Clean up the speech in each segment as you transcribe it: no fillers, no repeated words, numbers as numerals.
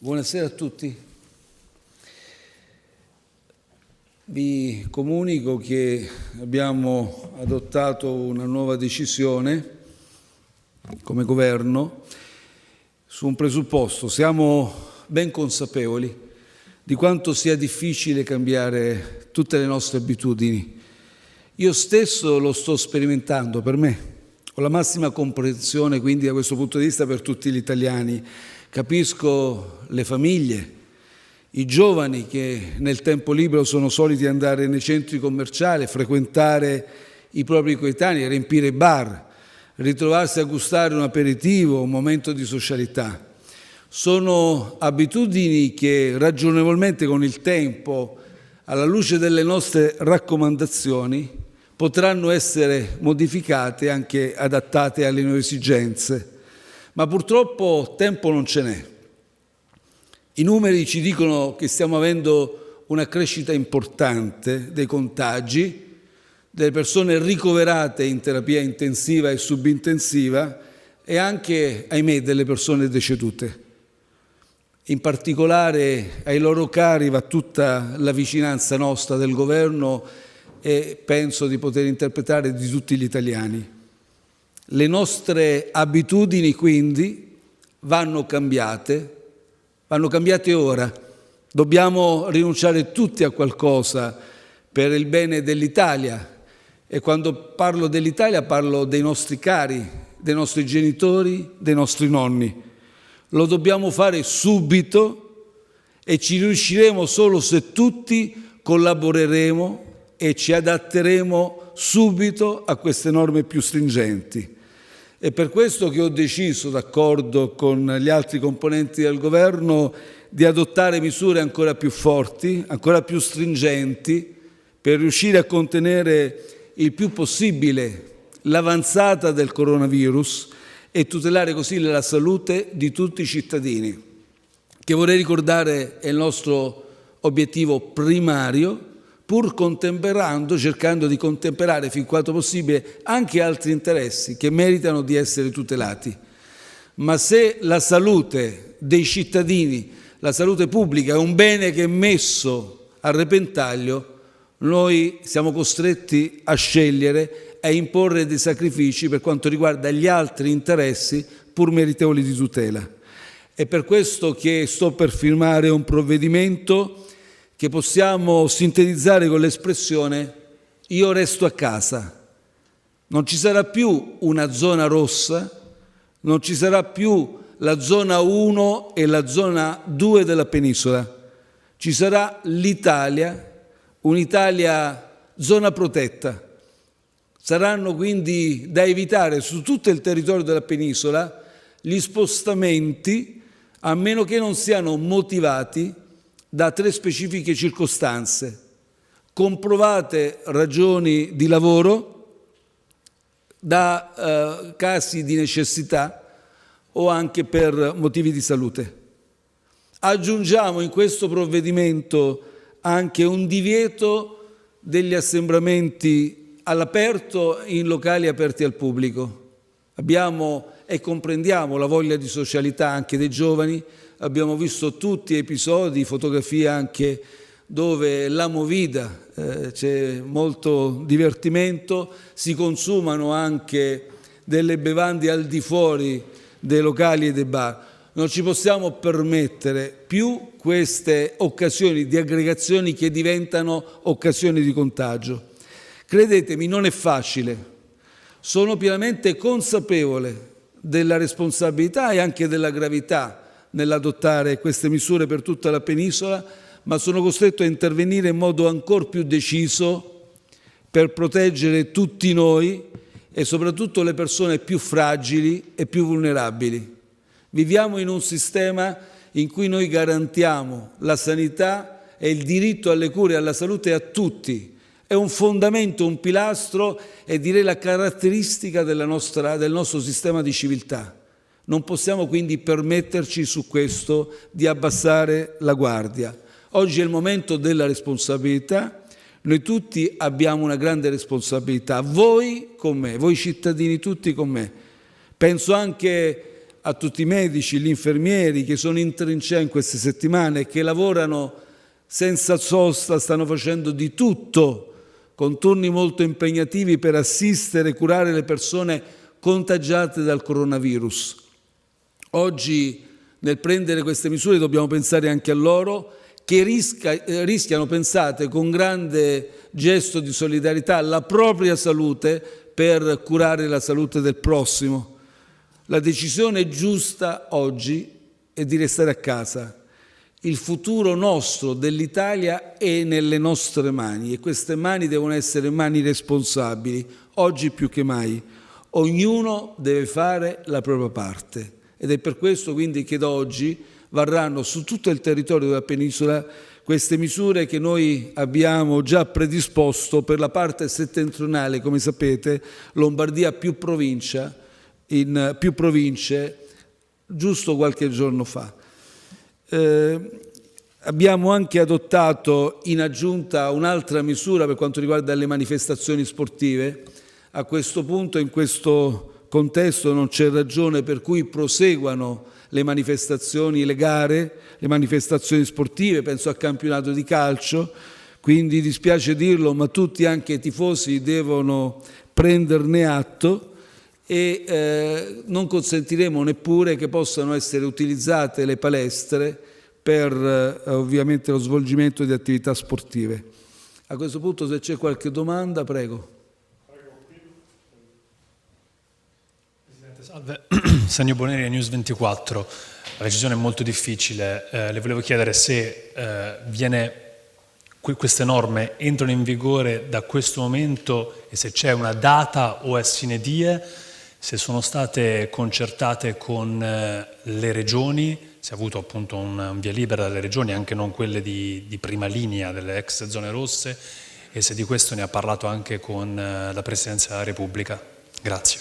Buonasera a tutti. Vi comunico che abbiamo adottato una nuova decisione come governo su un presupposto. Siamo ben consapevoli di quanto sia difficile cambiare tutte le nostre abitudini. Io stesso lo sto sperimentando per me. Ho la massima comprensione quindi da questo punto di vista per tutti gli italiani. Capisco le famiglie, i giovani che nel tempo libero sono soliti andare nei centri commerciali, frequentare i propri coetanei, riempire i bar, ritrovarsi a gustare un aperitivo, un momento di socialità. Sono abitudini che ragionevolmente con il tempo, alla luce delle nostre raccomandazioni, potranno essere modificate e anche adattate alle nuove esigenze. Ma purtroppo tempo non ce n'è. I numeri ci dicono che stiamo avendo una crescita importante dei contagi, delle persone ricoverate in terapia intensiva e subintensiva e anche, ahimè, delle persone decedute. In particolare ai loro cari va tutta la vicinanza nostra del governo e penso di poter interpretare di tutti gli italiani. Le nostre abitudini quindi vanno cambiate ora. Dobbiamo rinunciare tutti a qualcosa per il bene dell'Italia e quando parlo dell'Italia parlo dei nostri cari, dei nostri genitori, dei nostri nonni. Lo dobbiamo fare subito e ci riusciremo solo se tutti collaboreremo e ci adatteremo subito a queste norme più stringenti. È per questo che ho deciso, d'accordo con gli altri componenti del governo, di adottare misure ancora più forti, ancora più stringenti, per riuscire a contenere il più possibile l'avanzata del coronavirus e tutelare così la salute di tutti i cittadini, che vorrei ricordare è il nostro obiettivo primario, pur contemperando, cercando di contemperare fin quanto possibile anche altri interessi che meritano di essere tutelati. Ma se la salute dei cittadini, la salute pubblica è un bene che è messo a repentaglio, noi siamo costretti a scegliere e a imporre dei sacrifici per quanto riguarda gli altri interessi pur meritevoli di tutela. È per questo che sto per firmare un provvedimento che possiamo sintetizzare con l'espressione «io resto a casa». Non ci sarà più una zona rossa, non ci sarà più la zona 1 e la zona 2 della penisola. Ci sarà l'Italia, un'Italia zona protetta. Saranno quindi da evitare su tutto il territorio della penisola gli spostamenti, a meno che non siano motivati da 3 specifiche circostanze: comprovate ragioni di lavoro, da casi di necessità o anche per motivi di salute. Aggiungiamo in questo provvedimento anche un divieto degli assembramenti all'aperto in locali aperti al pubblico. Abbiamo e comprendiamo la voglia di socialità anche dei giovani. Abbiamo visto tutti episodi, fotografie anche dove la movida, c'è molto divertimento, si consumano anche delle bevande al di fuori dei locali e dei bar. Non ci possiamo permettere più queste occasioni di aggregazioni che diventano occasioni di contagio. Credetemi, non è facile. Sono pienamente consapevole della responsabilità e anche della gravità nell'adottare queste misure per tutta la penisola, ma sono costretto a intervenire in modo ancora più deciso per proteggere tutti noi e soprattutto le persone più fragili e più vulnerabili. Viviamo in un sistema in cui noi garantiamo la sanità e il diritto alle cure e alla salute a tutti. È un fondamento, un pilastro e direi la caratteristica del nostro sistema di civiltà. Non possiamo quindi permetterci su questo di abbassare la guardia. Oggi è il momento della responsabilità, noi tutti abbiamo una grande responsabilità, voi con me, voi cittadini tutti con me. Penso anche a tutti i medici, gli infermieri che sono in trincea in queste settimane, che lavorano senza sosta, stanno facendo di tutto, con turni molto impegnativi per assistere e curare le persone contagiate dal coronavirus. Oggi, nel prendere queste misure, dobbiamo pensare anche a loro, che rischiano, pensate, con grande gesto di solidarietà, la propria salute per curare la salute del prossimo. La decisione giusta oggi è di restare a casa. Il futuro nostro, dell'Italia, è nelle nostre mani e queste mani devono essere mani responsabili, oggi più che mai. Ognuno deve fare la propria parte ed è per questo quindi che da oggi varranno su tutto il territorio della penisola queste misure che noi abbiamo già predisposto per la parte settentrionale, come sapete, Lombardia più provincia, in più province, giusto qualche giorno fa. Abbiamo anche adottato in aggiunta un'altra misura per quanto riguarda le manifestazioni sportive. A questo punto, in questo contesto, non c'è ragione per cui proseguano le manifestazioni, le gare, le manifestazioni sportive, penso al campionato di calcio, quindi dispiace dirlo, ma tutti, anche i tifosi, devono prenderne atto e non consentiremo neppure che possano essere utilizzate le palestre per ovviamente lo svolgimento di attività sportive. A questo punto, se c'è qualche domanda, prego. Presidente, salve. Sagno Boneri, News 24. La decisione è molto difficile. Le volevo chiedere se queste norme entrano in vigore da questo momento e se c'è una data o è sine die, se sono state concertate con le regioni, si è avuto appunto un via libera dalle regioni, anche non quelle di prima linea delle ex zone rosse, e se di questo ne ha parlato anche con la Presidenza della Repubblica. Grazie.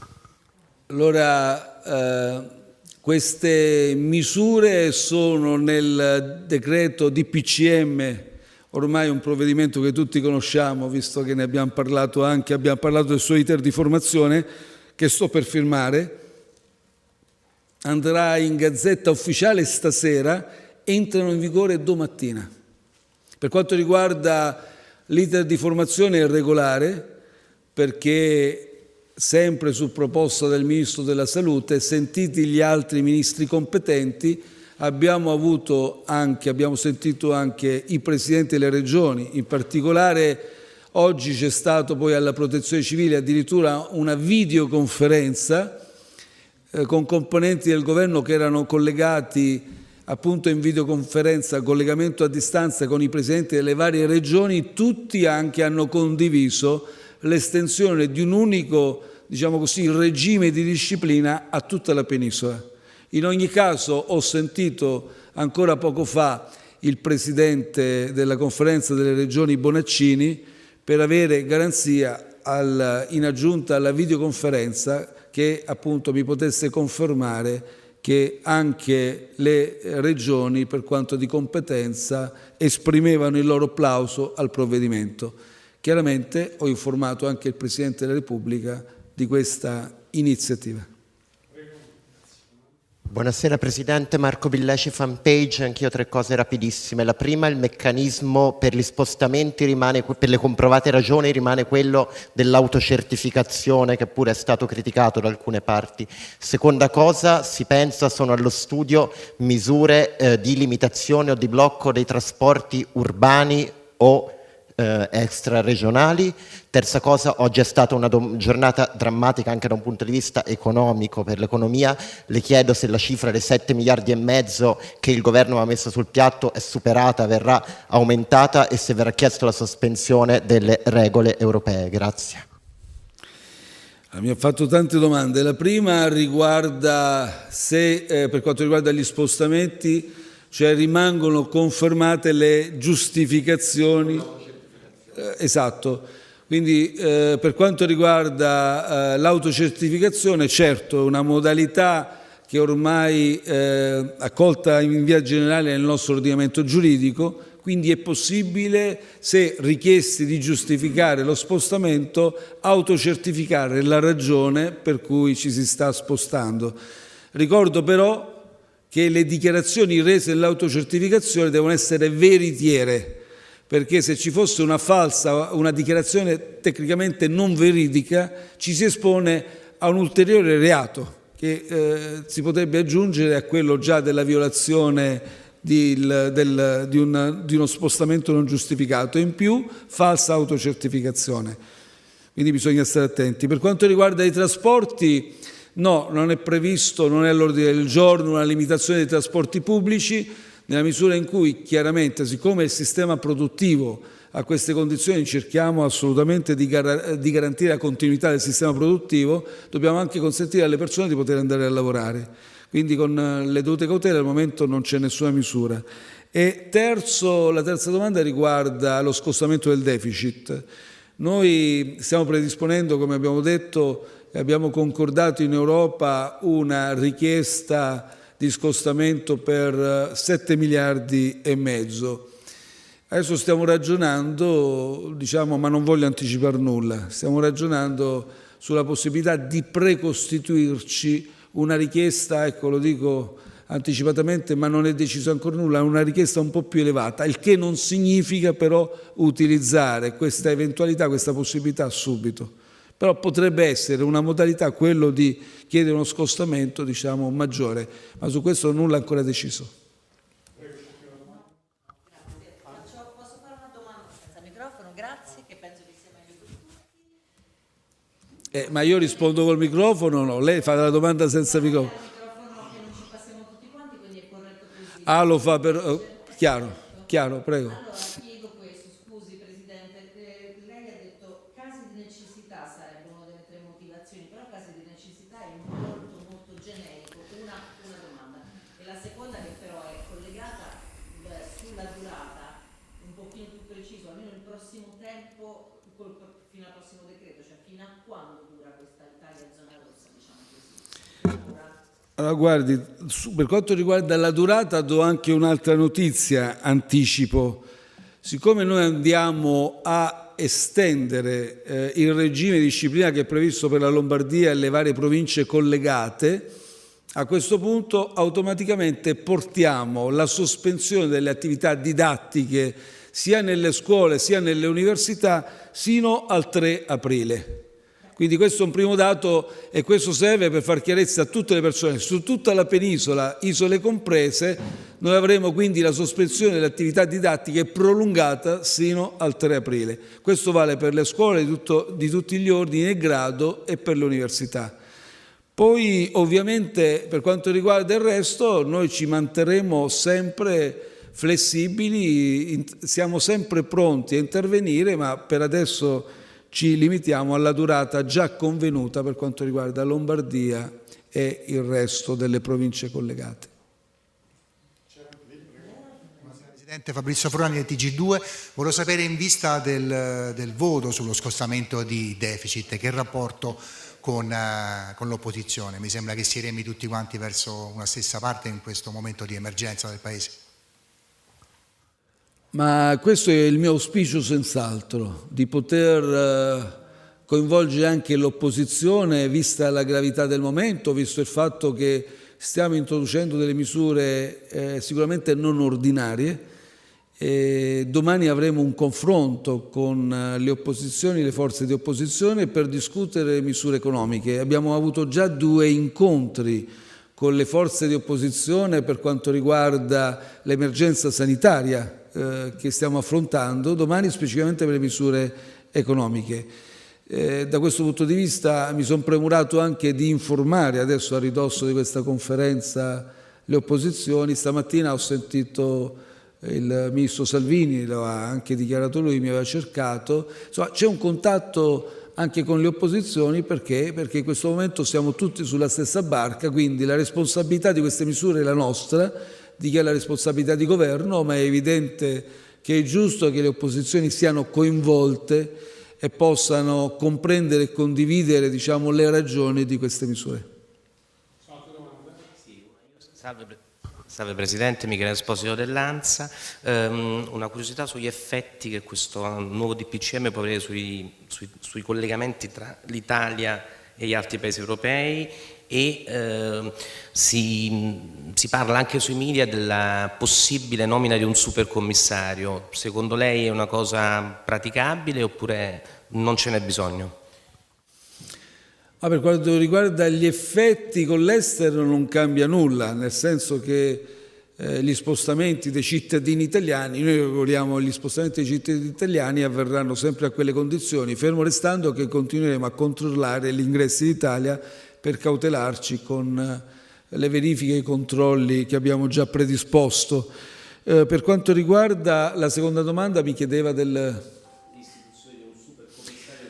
Allora, queste misure sono nel decreto DPCM, ormai un provvedimento che tutti conosciamo, visto che ne abbiamo parlato del suo iter di formazione, che sto per firmare, andrà in Gazzetta Ufficiale stasera, entrano in vigore domattina. Per quanto riguarda l'iter di formazione è regolare, perché sempre su proposta del Ministro della Salute, sentiti gli altri ministri competenti, abbiamo sentito anche i Presidenti delle Regioni, in particolare oggi c'è stato poi alla Protezione Civile addirittura una videoconferenza con componenti del governo che erano collegati appunto in videoconferenza, collegamento a distanza con i presidenti delle varie regioni. Tutti anche hanno condiviso l'estensione di un unico, diciamo così, regime di disciplina a tutta la penisola. In ogni caso ho sentito ancora poco fa il Presidente della Conferenza delle Regioni Bonaccini per avere garanzia in aggiunta alla videoconferenza che appunto mi potesse confermare che anche le regioni, per quanto di competenza, esprimevano il loro applauso al provvedimento. Chiaramente ho informato anche il Presidente della Repubblica di questa iniziativa. Buonasera Presidente, Marco Villeci, Fanpage, anch'io 3 cose rapidissime. La prima, il meccanismo per gli spostamenti rimane, per le comprovate ragioni, rimane quello dell'autocertificazione che pure è stato criticato da alcune parti. Seconda cosa, si pensa, sono allo studio misure di limitazione o di blocco dei trasporti urbani o extraregionali. Terza cosa, oggi è stata una giornata drammatica anche da un punto di vista economico per l'economia. Le chiedo se la cifra dei 7,5 miliardi che il governo aveva messo sul piatto è superata, verrà aumentata e se verrà chiesto la sospensione delle regole europee. Grazie. Mi ha fatto tante domande. La prima riguarda se per quanto riguarda gli spostamenti, cioè rimangono confermate le giustificazioni. Esatto. Quindi per quanto riguarda l'autocertificazione, certo, è una modalità che ormai è accolta in via generale nel nostro ordinamento giuridico, quindi è possibile, se richiesti di giustificare lo spostamento, autocertificare la ragione per cui ci si sta spostando. Ricordo però che le dichiarazioni rese nell'autocertificazione devono essere veritiere, perché se ci fosse una dichiarazione tecnicamente non veridica, ci si espone a un ulteriore reato che si potrebbe aggiungere a quello già della violazione di uno spostamento non giustificato, e in più falsa autocertificazione. Quindi bisogna stare attenti. Per quanto riguarda i trasporti, no, non è previsto, non è all'ordine del giorno una limitazione dei trasporti pubblici, nella misura in cui chiaramente, siccome il sistema produttivo a queste condizioni, cerchiamo assolutamente di garantire la continuità del sistema produttivo, dobbiamo anche consentire alle persone di poter andare a lavorare. Quindi con le dovute cautele al momento non c'è nessuna misura. E la terza domanda riguarda lo scostamento del deficit. Noi stiamo predisponendo, come abbiamo detto, e abbiamo concordato in Europa una richiesta di scostamento per 7 miliardi e mezzo. Adesso stiamo ragionando, ma non voglio anticipare nulla, stiamo ragionando sulla possibilità di precostituirci una richiesta, ecco, lo dico anticipatamente, ma non è deciso ancora nulla, una richiesta un po' più elevata, il che non significa però utilizzare questa eventualità, questa possibilità subito. Però potrebbe essere una modalità quello di chiedere uno scostamento, maggiore, ma su questo nulla ancora deciso. Posso fare una domanda senza microfono? Grazie, che penso che sia meglio per tutti. Ma io rispondo col microfono o no? Lei fa la domanda senza microfono? Il microfono che non ci passiamo tutti quanti, quindi è corretto così. Ah, lo fa per... chiaro, prego. Allora, chiedo questo, scusi Presidente, lei ha detto casi di necessità sarebbero una delle 3 motivazioni, però casi di necessità è molto generico. Una domanda. E la seconda, che però è collegata sulla durata, un pochino più preciso, almeno il prossimo tempo, fino al prossimo decreto, cioè fino a quando dura questa Italia zona rossa, diciamo così. Allora, guardi, per quanto riguarda la durata do anche un'altra notizia, anticipo. Siccome noi andiamo a estendere il regime disciplinare che è previsto per la Lombardia e le varie province collegate, a questo punto automaticamente portiamo la sospensione delle attività didattiche sia nelle scuole sia nelle università sino al 3 aprile. Quindi questo è un primo dato e questo serve per far chiarezza a tutte le persone. Su tutta la penisola, isole comprese, noi avremo quindi la sospensione delle attività didattiche prolungata sino al 3 aprile. Questo vale per le scuole di tutti gli ordini e grado e per le università. Poi ovviamente per quanto riguarda il resto noi ci manterremo sempre flessibili, siamo sempre pronti a intervenire, ma per adesso ci limitiamo alla durata già convenuta per quanto riguarda Lombardia e il resto delle province collegate. Presidente Fabrizio Forani del TG2, volevo sapere in vista del voto sullo scostamento di deficit, che rapporto con l'opposizione? Mi sembra che si remi tutti quanti verso una stessa parte in questo momento di emergenza del Paese. Ma questo è il mio auspicio senz'altro, di poter coinvolgere anche l'opposizione, vista la gravità del momento, visto il fatto che stiamo introducendo delle misure sicuramente non ordinarie. Domani avremo un confronto con le opposizioni, le forze di opposizione, per discutere misure economiche. Abbiamo avuto già 2 incontri con le forze di opposizione per quanto riguarda l'emergenza sanitaria che stiamo affrontando, domani specificamente per le misure economiche. Da questo punto di vista mi sono premurato anche di informare adesso a ridosso di questa conferenza le opposizioni. Stamattina ho sentito il ministro Salvini, lo ha anche dichiarato lui, mi aveva cercato. Insomma, c'è un contatto anche con le opposizioni perché in questo momento siamo tutti sulla stessa barca, quindi la responsabilità di queste misure è la nostra, di chi ha la responsabilità di governo, ma è evidente che è giusto che le opposizioni siano coinvolte e possano comprendere e condividere, le ragioni di queste misure. Salve Presidente, Michele Esposito dell'ANSA. Una curiosità sugli effetti che questo nuovo DPCM può avere sui collegamenti tra l'Italia e gli altri paesi europei, e si parla anche sui media della possibile nomina di un supercommissario. Secondo lei è una cosa praticabile oppure non ce n'è bisogno? Per quanto riguarda gli effetti con l'estero non cambia nulla, nel senso che gli spostamenti dei cittadini italiani, noi vogliamo gli spostamenti dei cittadini italiani avverranno sempre a quelle condizioni, fermo restando che continueremo a controllare gli ingressi d'Italia per cautelarci con le verifiche e i controlli che abbiamo già predisposto. Per quanto riguarda la seconda domanda, mi chiedeva l'istituzione di un supercommissario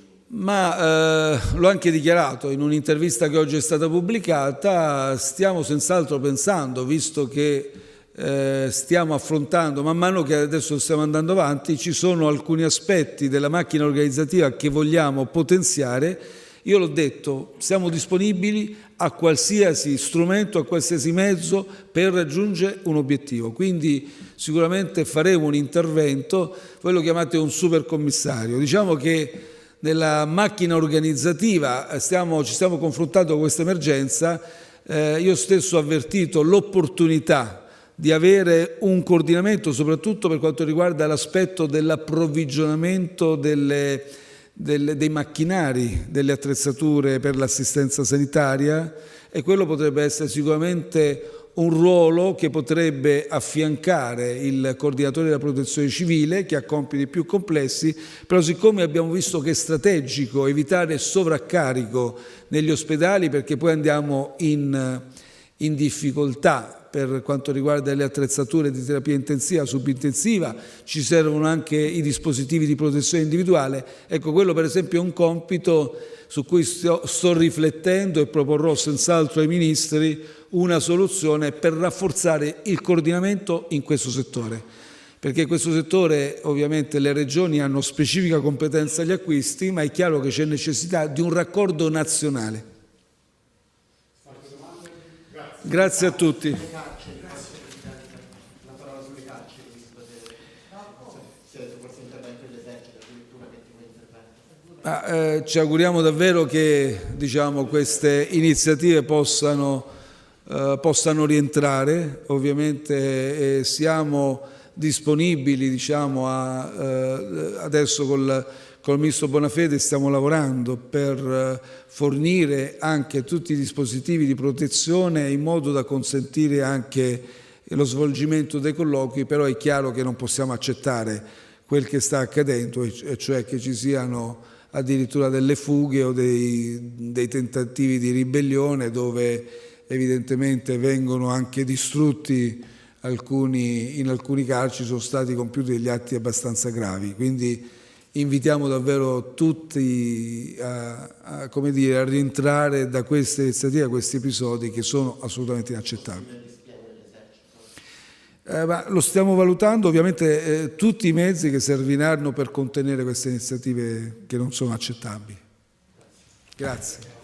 l'ho anche dichiarato in un'intervista che oggi è stata pubblicata. Stiamo senz'altro pensando, visto che stiamo affrontando, man mano che adesso stiamo andando avanti, ci sono alcuni aspetti della macchina organizzativa che vogliamo potenziare. Io l'ho detto, siamo disponibili a qualsiasi strumento, a qualsiasi mezzo per raggiungere un obiettivo. Quindi sicuramente faremo un intervento, voi lo chiamate un supercommissario. Diciamo che nella macchina organizzativa ci stiamo confrontando con questa emergenza. Io stesso ho avvertito l'opportunità di avere un coordinamento, soprattutto per quanto riguarda l'aspetto dell'approvvigionamento dei macchinari, delle attrezzature per l'assistenza sanitaria, e quello potrebbe essere sicuramente un ruolo che potrebbe affiancare il coordinatore della protezione civile, che ha compiti più complessi, però siccome abbiamo visto che è strategico evitare sovraccarico negli ospedali, perché poi andiamo in difficoltà per quanto riguarda le attrezzature di terapia intensiva, subintensiva, ci servono anche i dispositivi di protezione individuale. Ecco, quello per esempio è un compito su cui sto riflettendo e proporrò senz'altro ai ministri una soluzione per rafforzare il coordinamento in questo settore, perché in questo settore ovviamente le regioni hanno specifica competenza agli acquisti, ma è chiaro che c'è necessità di un raccordo nazionale. Grazie a tutti. Ci auguriamo davvero che queste iniziative possano rientrare. Ovviamente siamo disponibili, adesso col Ministro Bonafede stiamo lavorando per fornire anche tutti i dispositivi di protezione in modo da consentire anche lo svolgimento dei colloqui, però è chiaro che non possiamo accettare quel che sta accadendo, e cioè che ci siano addirittura delle fughe o dei tentativi di ribellione dove evidentemente vengono anche distrutti in alcuni carceri sono stati compiuti degli atti abbastanza gravi. Quindi invitiamo davvero tutti a rientrare da queste iniziative, da questi episodi che sono assolutamente inaccettabili. Ma lo stiamo valutando, ovviamente tutti i mezzi che serviranno per contenere queste iniziative che non sono accettabili. Grazie.